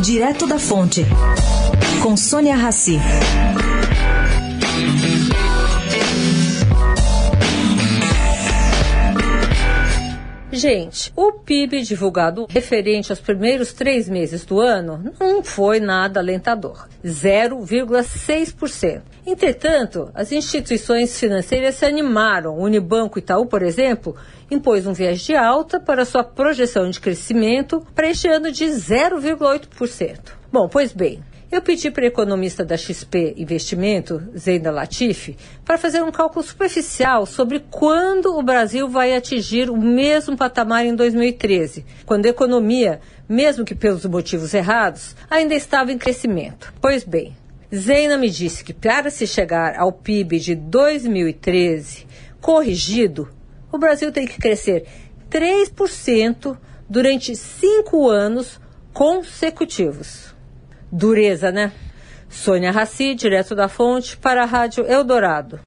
Direto da Fonte, com Sônia Rassi. Gente, o PIB divulgado referente aos primeiros 3 meses do ano não foi nada alentador, 0,6%. Entretanto, as instituições financeiras se animaram. O Unibanco Itaú, por exemplo, impôs um viés de alta para sua projeção de crescimento para este ano de 0,8%. Bom, pois bem, eu pedi para a economista da XP Investimento, Zeina Latifi, para fazer um cálculo superficial sobre quando o Brasil vai atingir o mesmo patamar em 2013, quando a economia, mesmo que pelos motivos errados, ainda estava em crescimento. Pois bem, Zeina me disse que para se chegar ao PIB de 2013, corrigido, o Brasil tem que crescer 3% durante 5 anos consecutivos. Dureza, né? Sônia Rassi, direto da Fonte, para a Rádio Eldorado.